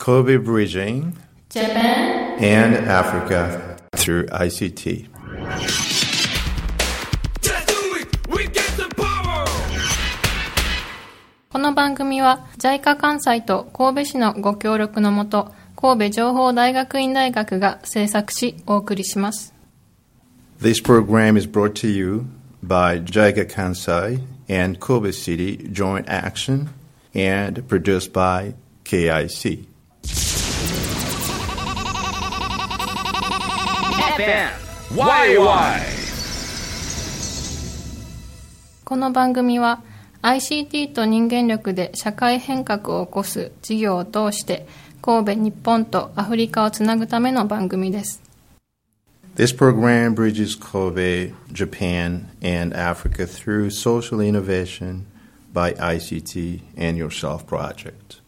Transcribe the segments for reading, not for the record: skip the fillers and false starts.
Kobe Bridging Japan and Africa through ICT. この番組は JICA 関西と神戸市のご協力のもと、神戸情報大学院大学が制作しお送りします。 This program is brought to you by JICA Kansai and Kobe City Joint Action and produced by KIC. YY この番組は ICT と人間力で社会変革を起こす事業を通して神戸、日本とアフリカをつなぐための番組です。 This program bridges Kobe, Japan, and Africa through social innovation by ICT and Yourself Project.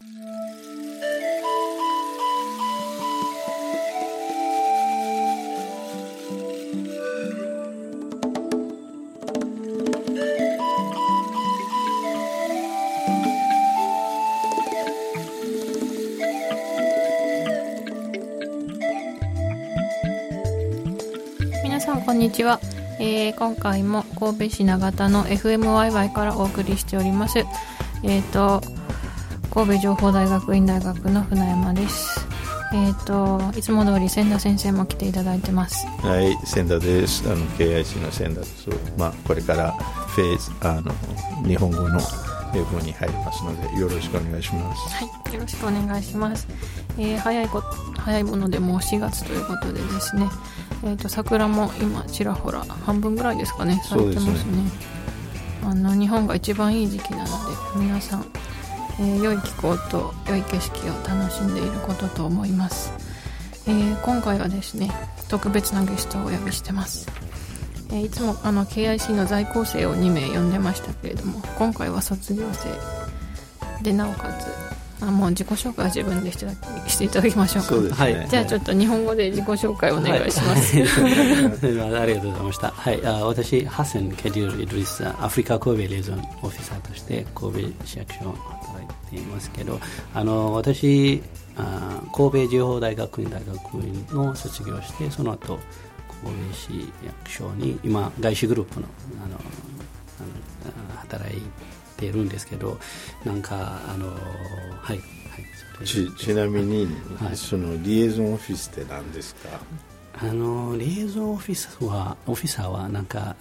皆さんこんにちは。今回も神戸市長田の FMYY からお送りしております。神戸情報大学院大学の船山です。いつも通り千田先生も来ていただいてます。 はい、千田です。KIC の千田です。これからフェーズ日本語の英語に入りますのでよろしくお願いします。 はい、よろしくお願いします。早いものでもう4月ということでですね、桜も今ちらほら半分ぐらいですかね咲いてますね。日本が一番いい時期なので皆さん、良い気候と良い景色を楽しんでいることと思います。今回はですね特別なゲストをお呼びしてます。いつもKIC の在校生を2名呼んでましたけれども、今回は卒業生でなおかつもう自己紹介は自分でしていただきましょうか。 そうですね、 はい、じゃあちょっと日本語で自己紹介をお願いします。 はい、ありがとうございました。はい、私ハッセン・ケデュル・イドリスアフリカ神戸リエゾンオフィサーとして神戸市役所を働いていますけど、私神戸情報大学院大学院の卒業してその後神戸市役所に今外資グループの働いているんですけど、なんかはい、 ちなみに、 はい、 そのリエゾンオフィスって何ですか？ リエゾンオフィサーはなんか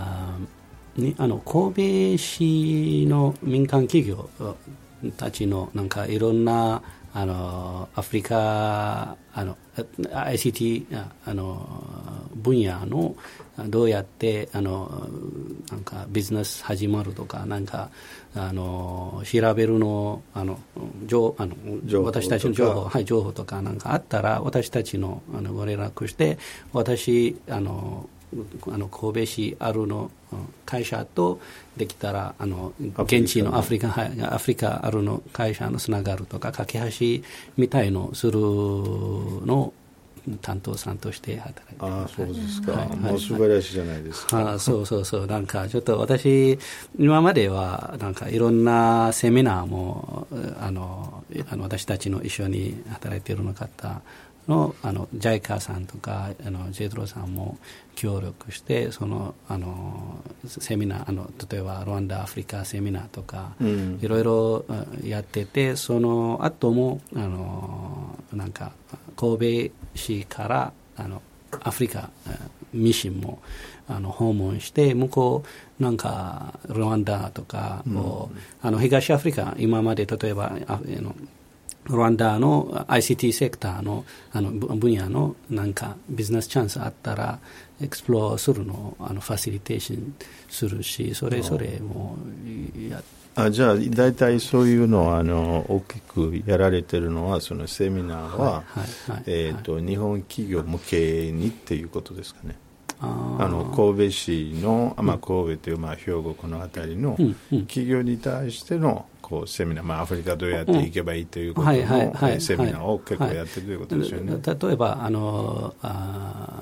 神戸市の民間企業たちのなんかいろんなアフリカICT 分野のどうやってなんかビジネス始まるとかなんか調べるの私たちの情報とかなんかあったら私たちのご連絡して私神戸市あるの会社とできたら現地のアフリカあるの会社のつながるとか架け橋みたいのするの担当さんとして働いてます。 そうですか、 はい、 もう素晴らしいじゃないですか。 そうなんかちょっと私今まではなんかいろんなセミナーも私たちの一緒に働いている方のJICA さんとかジェトロさんも協力してそのセミナー例えばルワンダアフリカセミナーとか、いろいろやってて、その後もなんか神戸市からアフリカミッションも訪問して向こうなんかルワンダとかを、東アフリカ今まで例えばルワンダの ICT セクターの分野のなんかビジネスチャンスあったらエクスプローするのをファシリテーションするし、それもじゃあ大体そういうのは大きくやられてるのはそのセミナーは、日本企業向けにっていうことですかね。神戸市の、神戸という兵庫この辺りの企業に対してのセミナー、アフリカどうやっていけばいいということのセミナーを結構やってるということですよね。 例えば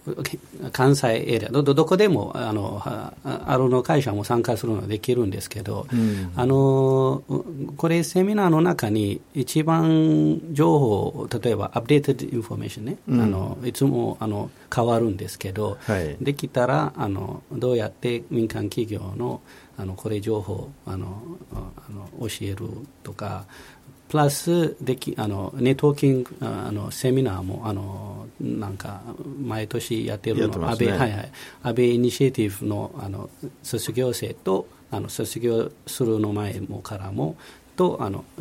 関西エリア どこでもあの会社も参加するのができるんですけど、これセミナーの中に一番情報、例えばアップデートインフォメーションね、いつも変わるんですけど、できたらどうやって民間企業のこれ情報教えるとか、プラスネットワーキングセミナーもなんか毎年やってるの、安倍イニシアティブの卒業生と卒業するの前もからもと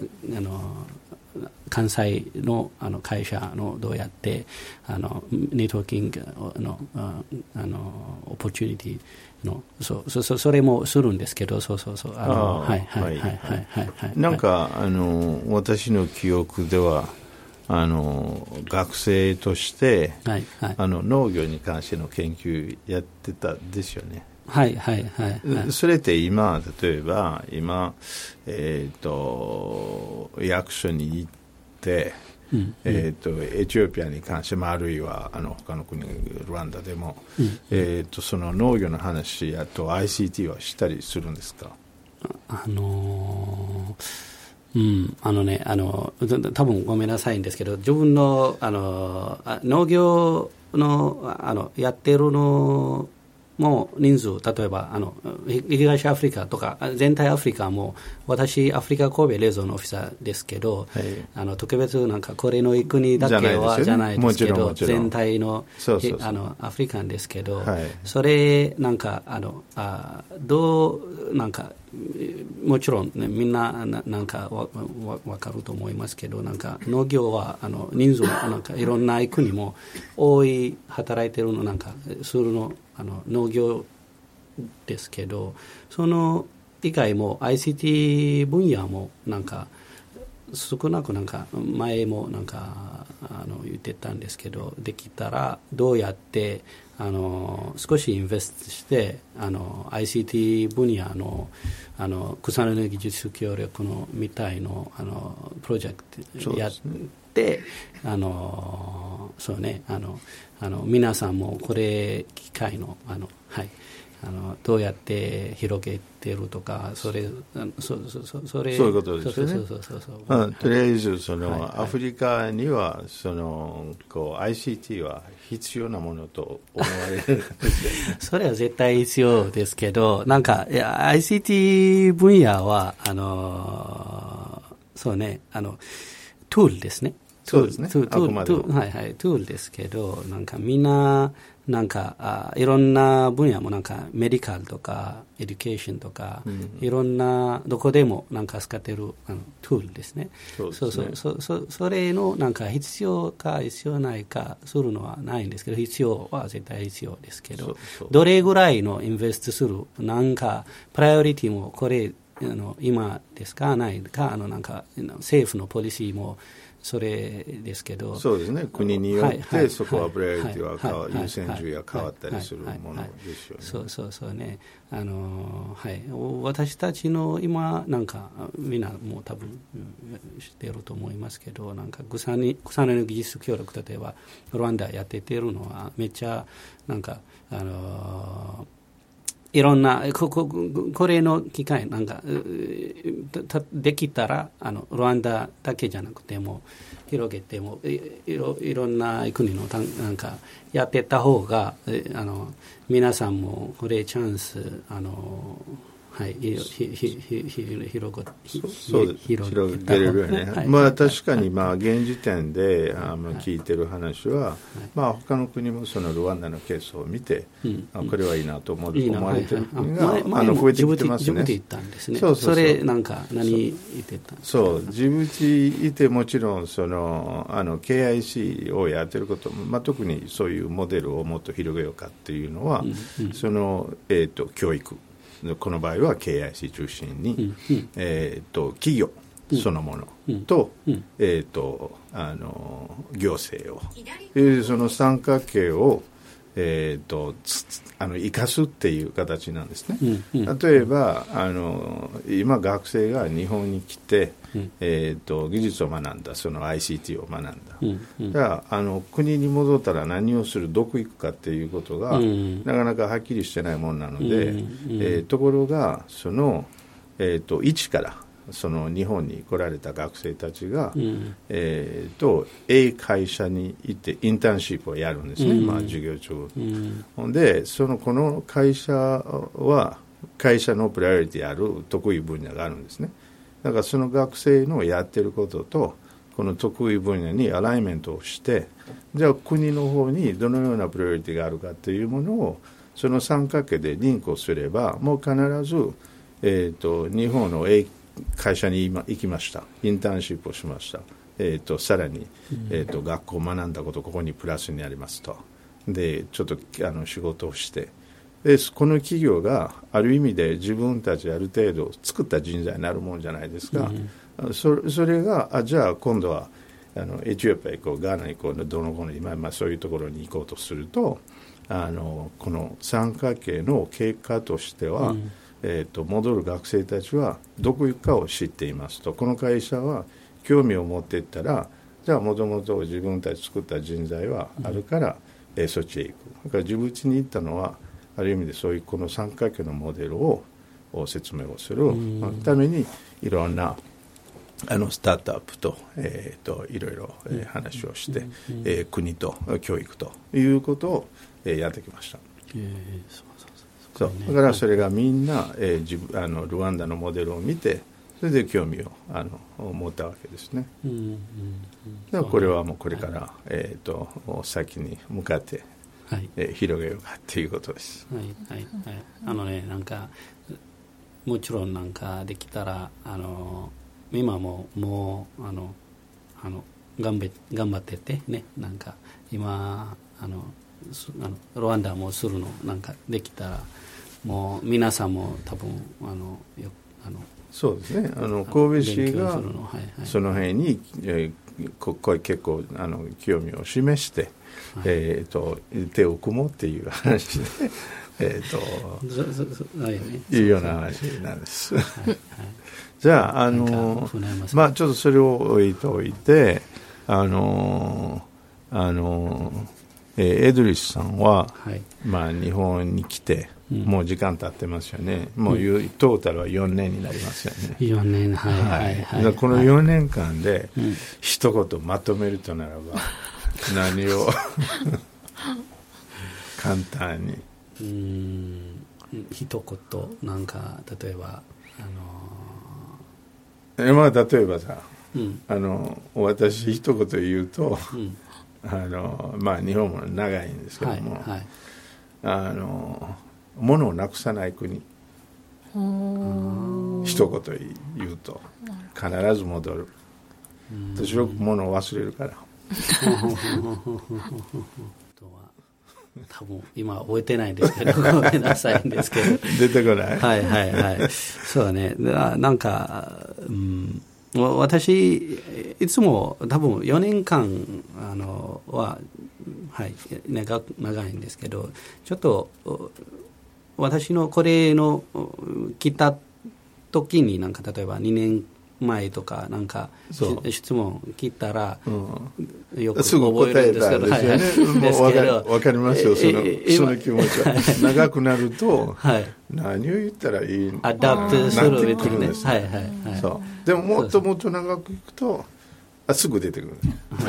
関西の会社のどうやってネットワーキングのオポチュニティのそれもするんですけど、 なんか私の記憶では学生として、農業に関しての研究やってたですよね。それって今例えば役所に行って、エチオピアに関しても、あるいは他の国、ルワンダでも、その農業の話、あと ICT はしたりするんですか？ 多分ごめんなさいんですけど、自分の農業のやってるのも人数、例えば東アフリカとか全体アフリカも、私アフリカ神戸レゾーのオフィサーですけど、特別なんかこれの国だけはじゃないですけど、全体のアフリカンですけど、それなんかどうなんかもちろん、ね、みんななんかわかると思いますけど、なんか農業は人数なんかいろんな国も多い働いてるのなんかするの農業ですけど、その以外も ICT 分野もなんか少なくなんか前もなんか言ってたんですけど、できたらどうやって少しインベストしてICT 分野の草の根技術協力のみたいのプロジェクトやって、そうね皆さんもこれ機会のどうやって広げてるとか、そういうことですよね。とりあえずアフリカにはICT は必要なものと思われるそれは絶対必要ですけど、なんかICT 分野はそうねトゥールですね。 そうですね。 トゥールですけど、なんかみんななんかいろんな分野もなんかメディカルとかエデュケーションとか、いろんなどこでもなんか使ってるトゥールですね。それのなんか必要か必要ないかするのはないんですけど、必要は絶対必要ですけど、どれぐらいのインベストするなんかプライオリティもこれ今ですかないかなんか政府のポリシーもそれですけど、 そうですね、国によってそこはプライオリティは優先順位が変わったりするものですよね。 そうね、私たちの今なんかみんなもう多分知っていると思いますけど、なんか草の根技術協力、例えばルワンダやっててるのはめっちゃなんかいろんなこれの機会なんかできたらルワンダだけじゃなくても広げてもいろんな国のなんかやってた方が皆さんもこれチャンス広げれるよね。確かに現時点で聞いてる話は、他の国もそのルワンダのケースを見て、これはいいなと思われてる国が増えてきてますね。 ジブチ行ったんですね。それなんか何言ってたんですか？ そう、ジブチいてもちろんKIC をやってることも、特にそういうモデルをもっと広げようかっていうのは、教育。この場合は KIC 中心に、企業そのものと、行政を、その三角形を、 生かすっていう形なんですね。例えば今学生が日本に来て、技術を学んだ、その ICT を学んだ、じゃあ国に戻ったら何をする、どこ行くかっていうことが、なかなかはっきりしてないものなので、ところがその、一からその日本に来られた学生たちが、会社に行ってインターンシップをやるんですね、授業中。でこの会社は会社のプライオリティある得意分野があるんですね。だからその学生のやってることとこの得意分野にアライメントをして、じゃあ国の方にどのようなプライオリティがあるかというものをその三角形でリンクをすれば、もう必ず、日本の会社に行きました、インターンシップをしました、さらに、学校学んだことここにプラスになりますと、でちょっと仕事をして、でこの企業がある意味で自分たちある程度作った人材になるもんじゃないですか。それがじゃあ今度はエチオピア行こう、ガーナ行こう、どのこの今、そういうところに行こうとすると、この三角形の結果としては、戻る学生たちはどこ行くかを知っていますと、この会社は興味を持っていったら、じゃあもともと自分たち作った人材はあるから、そっちへ行く。だからジブチに行ったのはある意味でそういうこの三角形のモデルを説明をするために、いろんなスタートアップと、いろいろ話をして、国と教育ということをやってきました。そうだからそれがみんな、ルワンダのモデルを見て、それで興味を持ったわけですね。だからこれはもうこれから、先に向かって、広げようかっていうことです。 なんかもちろんなんかできたら今も頑張っててね、なんか今ルワンダもするのなんかできたら、もう皆さんも多分そうですね、神戸市がその辺に、結構興味を示して、手を組もうっていう話でいうような話なんです。じゃあちょっとそれを置いておいて、エドリスさんは、日本に来てもう時間経ってますよね。もうトータルは4年になりますよね。 4年、 この4年間で一言まとめるとならば何を簡単に一言なんか例えば例えばさ、私一言言うと、日本も長いんですけども、物をなくさない国、一言言うと必ず戻る。私よく物を忘れるから多分今覚えてないんですけどごめんなさいんですけど出てこない。 そうだね。なんか、私いつも多分4年間は長いんですけど、ちょっと私のこれの来た時になんか例えば2年前とかなんか質問聞いたら、よく覚えるんですけど、 わかりますよ、その気持ちは。長くなると、何を言ったらいいのアダプトするなってくるんです。でももっともっと長くいくとすぐ出てくる。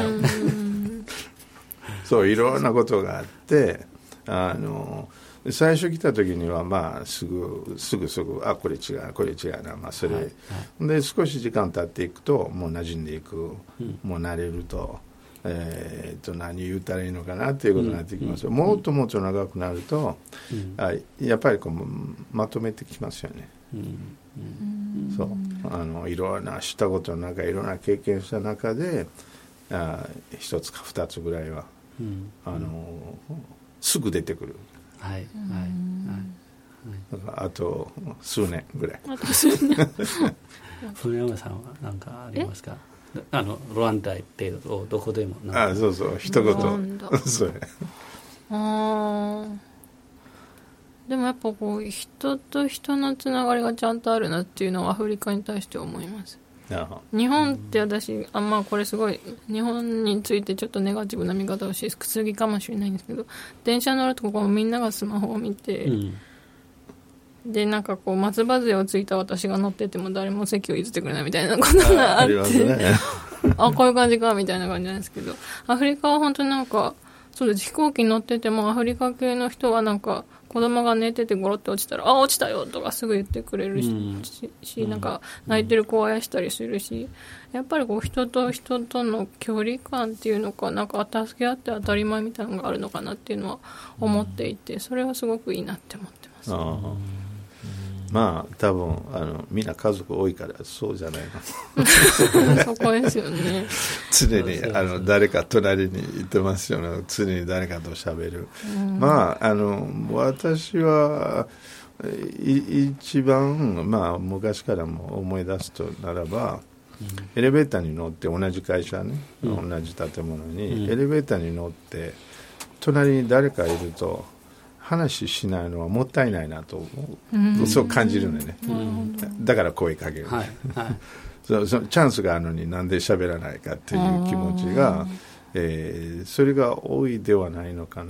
そういろんなことがあって、最初来た時にはすぐこれ違うな、それ、で少し時間経っていくともう馴染んでいく、もう慣れると、何言ったらいいのかなっていうことになってきます。もっともっと長くなると、やっぱりまとめてきますよね。そういろんなしたことの中、いろんな経験した中で一つか二つぐらいは、すぐ出てくる。あと数年ぐらい。 古山さんは何かありますか？ルワンダってどこでもそう一言それでもやっぱこう人と人のつながりがちゃんとあるなっていうのはアフリカに対して思います。日本って私これすごい日本についてちょっとネガティブな見方をしすぎかもしれないんですけど、電車乗るとここみんながスマホを見て、でなんかこう松葉杖をついた私が乗ってても誰も席を譲ってくれないみたいなことがあって、こういう感じかみたいな感じなんですけど、アフリカは本当になんかそうです。飛行機に乗っててもアフリカ系の人はなんか子供が寝ててゴロって落ちたら落ちたよとかすぐ言ってくれるし、なんか泣いてる子をあやしたりするし、やっぱりこう人と人との距離感っていうのか、なんか助け合って当たり前みたいなのがあるのかなっていうのは思っていて、それはすごくいいなって思ってます。 多分みんな家族多いからそうじゃないのそこですよね。 常に誰か隣にいてますよね。常に誰かと喋る。私は一番、昔からも思い出すとならば、エレベーターに乗って同じ会社ね、同じ建物に、エレベーターに乗って隣に誰かいると話しないのはもったいないなと思う、そう感じるんだよね、だから声かける、そのチャンスがあるのになんで喋らないかっていう気持ちが、それが多いではないのかな、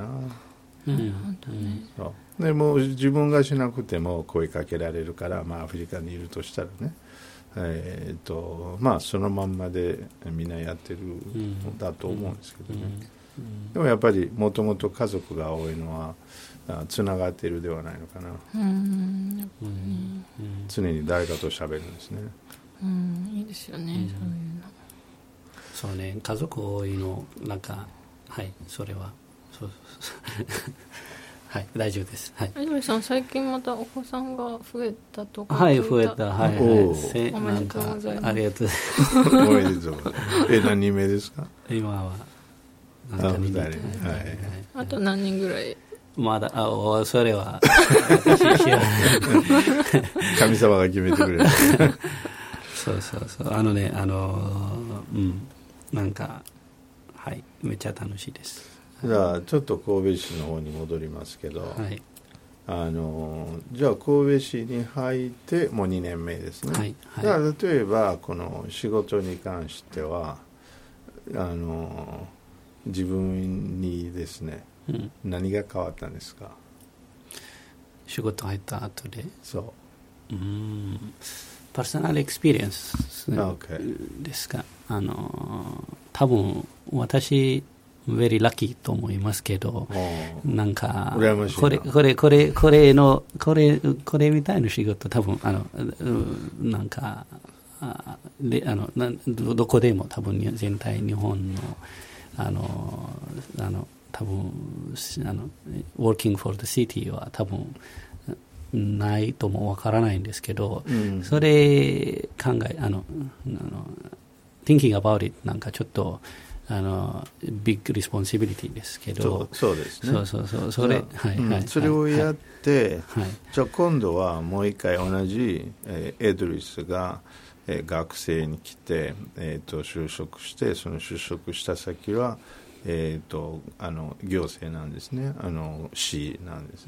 でも自分がしなくても声かけられるから、アフリカにいるとしたらね、そのまんまでみんなやってるんだと思うんですけどね、でもやっぱりもともと家族が多いのはつながっているではないのかな、常に誰かと喋るんですね、 いいですよね、そういうの。 そうね、家族多いのなんか、それはそう大丈夫です。 泉さん、最近またお子さんが増えたとか。 増えた。 おめでとうございます。 ありがとうございます。 おめでとう。何人目ですか？ 今は 2人。 あと何人ぐらい？ まだそれは神様が決めてくれる。 そうなんかめっちゃ楽しいです。 じゃあちょっと神戸市の方に戻りますけど、じゃあ神戸市に入ってもう2年目ですね、じゃあ例えばこの仕事に関しては自分にですね、何が変わったんですか？ 仕事入った後で。パーソナルエクスペリエンスですか。多分私very lucky と思いますけど、なんかこれみたいな仕事多分なんかどこでも多分全体日本の多分working for the city は多分ないともわからないんですけど、それthinking about it なんかちょっとビッグリスポンシビリティですけど、 そうですね。 それそれをやって、じゃあ今度はもう一回同じエドリスが学生に来て就職して、その就職した先は行政なんですね、市なんです、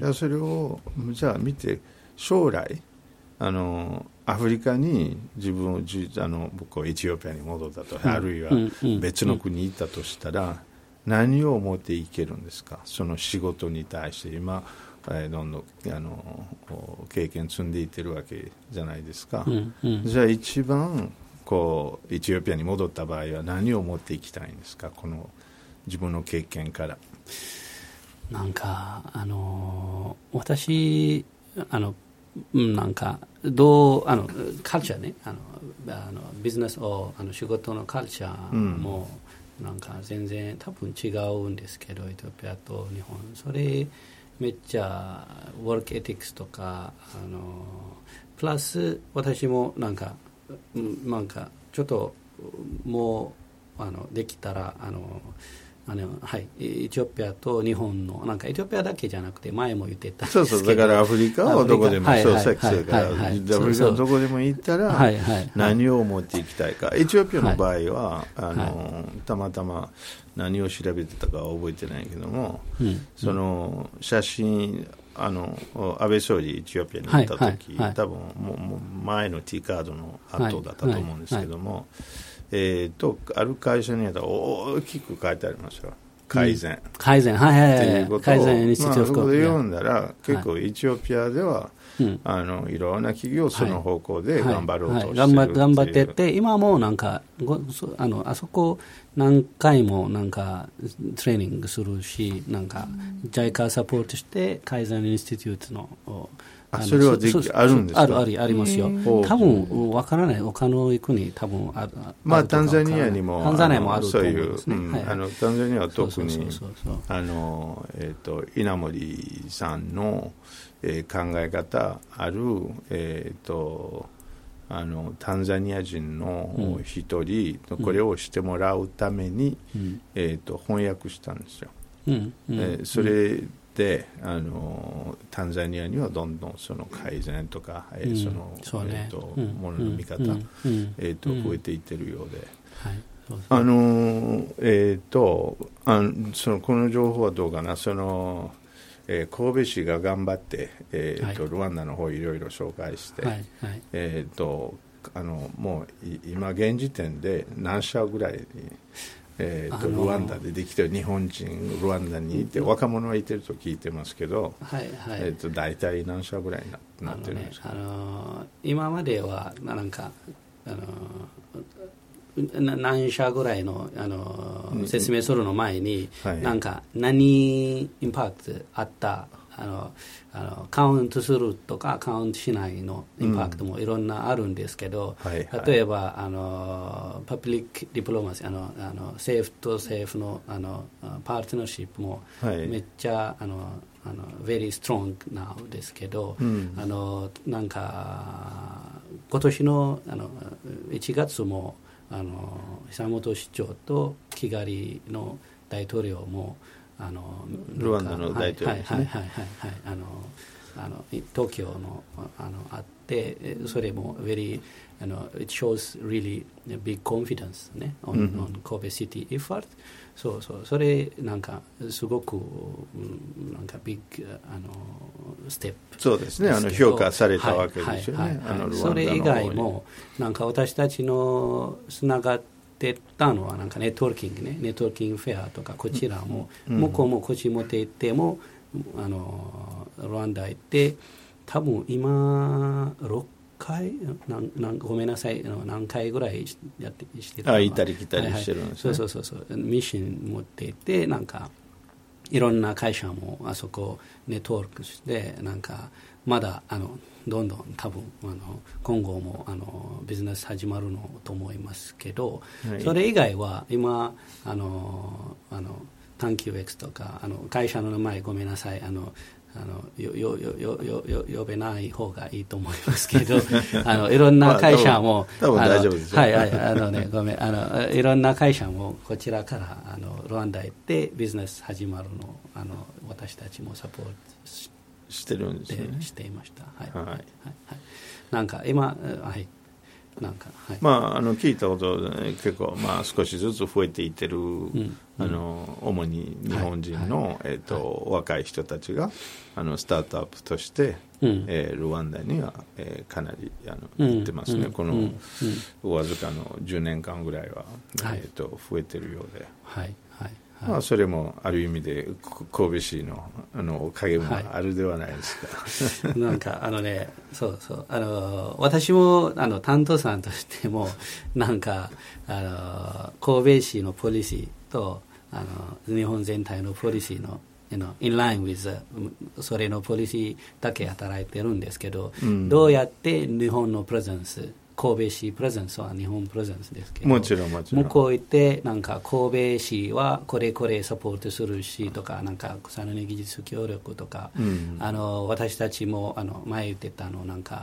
それをじゃあ見て、将来アフリカに自分を僕はエチオピアに戻ったと、あるいは別の国に行ったとしたら、何を持っていけるんですか？その仕事に対して今どんどん経験積んでいってるわけじゃないですか、じゃあ一番エチオピアに戻った場合は何を持っていきたいんですか？この自分の経験から。 なんか私なんかカルチャーね、ビジネスを仕事のカルチャーもなんか全然多分違うんですけど、エチオピアと日本、それめっちゃワークエティクスとかプラス私もなんかちょっともうできたらはい、エチオピアと日本のなんかエチオピアだけじゃなくて前も言ってたんですけど、 そうそう、だからアフリカはどこでもそうセックスだから、アフリカはどこでも行ったら何を持っていきたいか。エチオピアの場合はたまたま何を調べてたかは覚えてないけども、その写真安倍総理エチオピアに行った時、多分もう前の T カードの後だったと思うんですけども、ある会社には大きく書いてありましたよ。改善、 はいはいはい、改善にそこで読んだら、結構エチオピアでは、いろんな企業その方向で頑張ろうとしてる、 頑張ってて、今もなんかあそこ何回もなんかトレーニングするし、なんかJICAサポートして改善インスティテュートのそれはあるんですか？ ありますよ。多分わからない、他の国多分ある。 まあタンザニアにもあると思うんですね。 タンザニアは特に稲森さんの考え方あるタンザニア人の一人、これをしてもらうために翻訳したんですよ。それでタンザニアにはどんどんその改善とか、ものの見方、増えていってるようで、この情報はどうかな、神戸市が頑張って、ルワンダの方いろいろ紹介して、もう今現時点で何社ぐらいにルワンダでできてる日本人ルワンダにいて若者がいてると聞いてますけど、大体何社ぐらいになってるんですか？ 今まではなんか何社ぐらいの説明するの前に、なんか何インパクトあったカウントするとかカウントしないのインパクトもいろんなあるんですけど、例えばパブリックディプロマシー、政府と政府のパートナーシップもめっちゃvery strong now ですけど、なんか今年の1月も久本市長とキガリの大統領もルワンダの大統領ですね、 東京のあって、それも very it shows really big confidence ね on Kobe City effort。それなんかすごくなんかビッグステップ。 そうですね、評価されたわけですよね。 それ以外もなんか私たちのつながってたのはなんかネットワーキングね、ネットワーキングフェアとかこちらも、向こうもこっち持って行ってもルワンダ行って多分今6回ごめんなさい何回ぐらいやってしてたの行ったり来たりしてるんですね。 そうミッション持って行ってなんかいろんな会社もあそこネットワークしてなんかまだどんどん多分今後もビジネス始まるのと思いますけど、それ以外は今探求 X とか会社の名前ごめんなさい呼べない方がいいと思いますけどいろんな会社も、 多分大丈夫ですよ。 ごめんいろんな会社もこちらからルワンダへ行ってビジネス始まるの私たちもサポートしてるんですね。 していました。なんか今なんか聞いたことで結構少しずつ増えていってる、主に日本人の若い人たちがスタートアップとして、ルワンダにはかなり行ってますね。このわずかの10年間ぐらいは増えてるようで。それもある意味で神戸市のおかげもあるではないですか。 なんか私も担当さんとしてもなんか神戸市のポリシーと日本全体のポリシーのin line with それのポリシーだけ働いてるんですけど、どうやって日本のプレゼンス神戸市プレゼンスは日本プレゼンスですけど、 もちろん向こう行ってなんか神戸市はこれサポートするしとか、なんか草の根技術協力とか、私たちも前言ってたなんか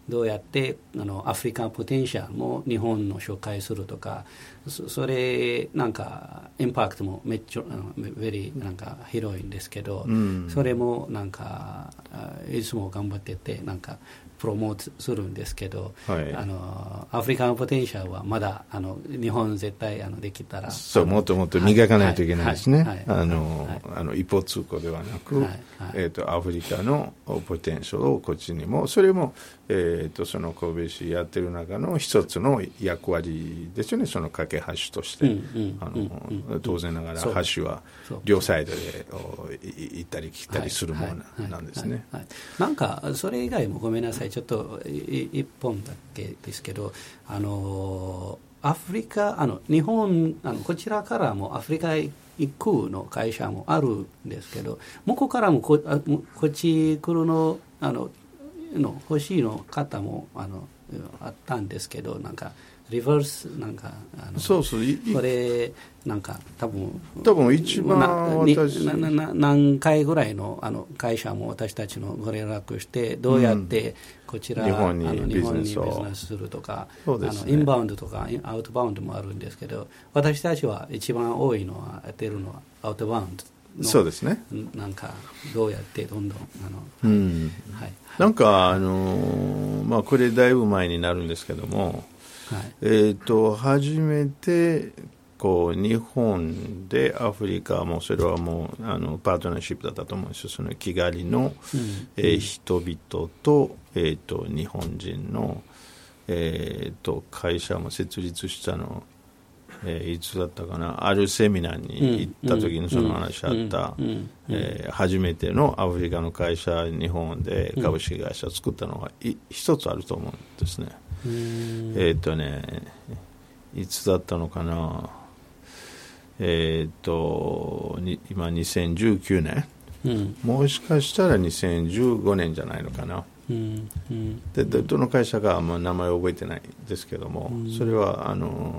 どうやってアフリカンポテンシャルも日本の紹介するとか、それなんかインパクトもめっちゃベリーなんか広いんですけど、それもなんかいつも頑張っててなんかプロモートするんですけど、はい、アフリカンポテンシャルはまだ日本絶対できたらもっともっと磨かないといけないですね。一方通行ではなく、アフリカのポテンシャルをこっちにも、それも、その神戸市やってる中の一つの役割ですよね。その架け橋として、当然ながら橋は両サイドで行ったり来たりするものなんですね。 なんかそれ以外もごめんなさい、ちょっと一本だけですけど、アフリカ日本こちらからもアフリカへ行くの会社もあるんですけど、向こうからもこっち来るの欲しいの方もあったんですけど、なんかリバースなんかそうこれなんか多分一番何回ぐらいの会社も私たちのご連絡してどうやってこちら、 日本にビジネスするとか、 ね、 インバウンドとかアウトバウンドもあるんですけど、私たちは一番多いのはやってるのはアウトバウンド。 そうですね。 なんかどうやってどんどんなんかこれだいぶ前になるんですけども、初めて日本でアフリカもそれはもうパートナーシップだったと思うんですよ。そのキガリの、人々と、日本人の、会社も設立したの、いつだったかな、あるセミナーに行った時にその話あった、初めてのアフリカの会社、日本で株式会社を作ったのが一つあると思うんですね。いつだったのかな、今2019年、もしかしたら2015年じゃないのかな。でどの会社か名前を覚えてないですけども、それは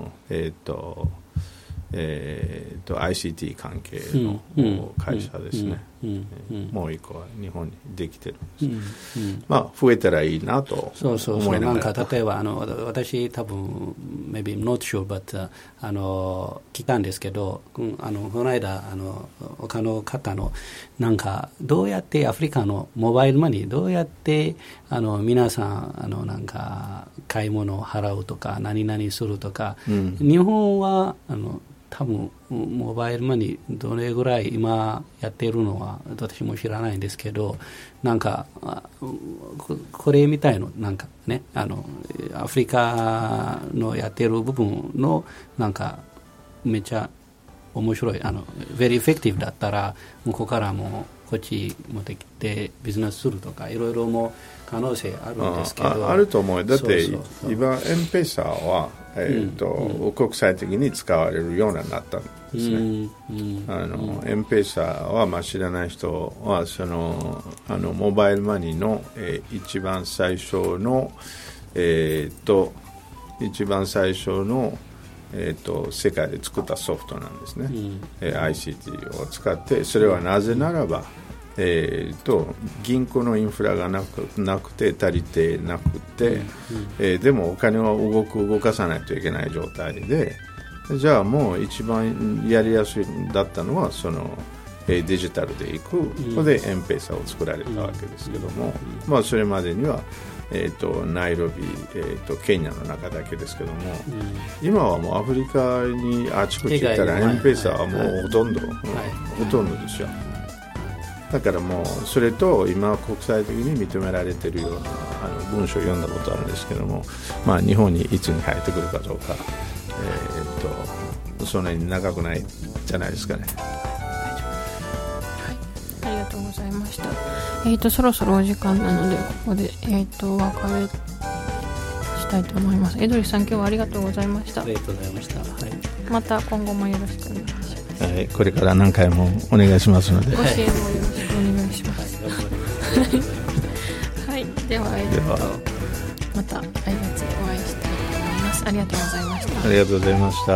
ICT 関係の会社ですね。もう一個は日本にできてるんです。増えたらいいなと思いながら。 なんか例えば私多分 maybe I'm not sure but 聞いたんですけど、この間他の方のなんかどうやってアフリカのモバイルマネーどうやって皆さんなんか買い物を払うとか何々するとか、日本は多分モバイルマネーどれぐらい今やっているのは私も知らないんですけど、なんかこれみたいのなんかねアフリカのやっている部分のなんかめっちゃ面白いvery effective だったら向こうからもこっち持ってきてビジネスするとかいろいろも可能性あるんですけど、 あると思う。だって今エンペサーは国際的に使われるようになったんですね。エンペサーは知らない人はモバイルマネーの、一番最初の世界で作ったソフトなんですね。ICT を使って、それはなぜならば銀行のインフラがなくて足りてなくて、でもお金は動かさないといけない状態で、じゃあもう一番やりやすいだったのはデジタルでいくのでエンペーサーを作られたわけですけども、それまでにはナイロビ、ケニアの中だけですけども、今はもうアフリカにあちこち行ったらエンペーサーはもうほとんどですよ。だからもうそれと今国際的に認められているような文章を読んだことあるんですけども、日本にいつに入ってくるかどうか、そんなに長くないじゃないですかね。 ありがとうございました。そろそろお時間なのでここでお別れしたいと思います。エドリスさん、今日はありがとうございました。 ありがとうございました。 また今後もよろしくお願いします。 これから何回もお願いしますので、 ご支援もよろしくお願いします。はい、ではまた来月お会いしたいと思います。ありがとうございました。 ありがとうございました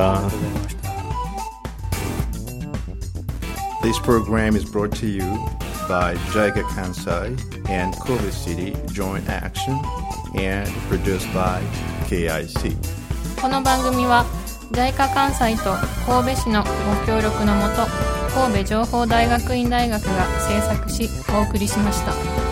。This program is brought to you by JICA Kansai and Kobe City Joint Action and produced by KIC。 この番組は JICA 関西と神戸市のご協力のもと、神戸情報大学院大学が制作しお送りしました。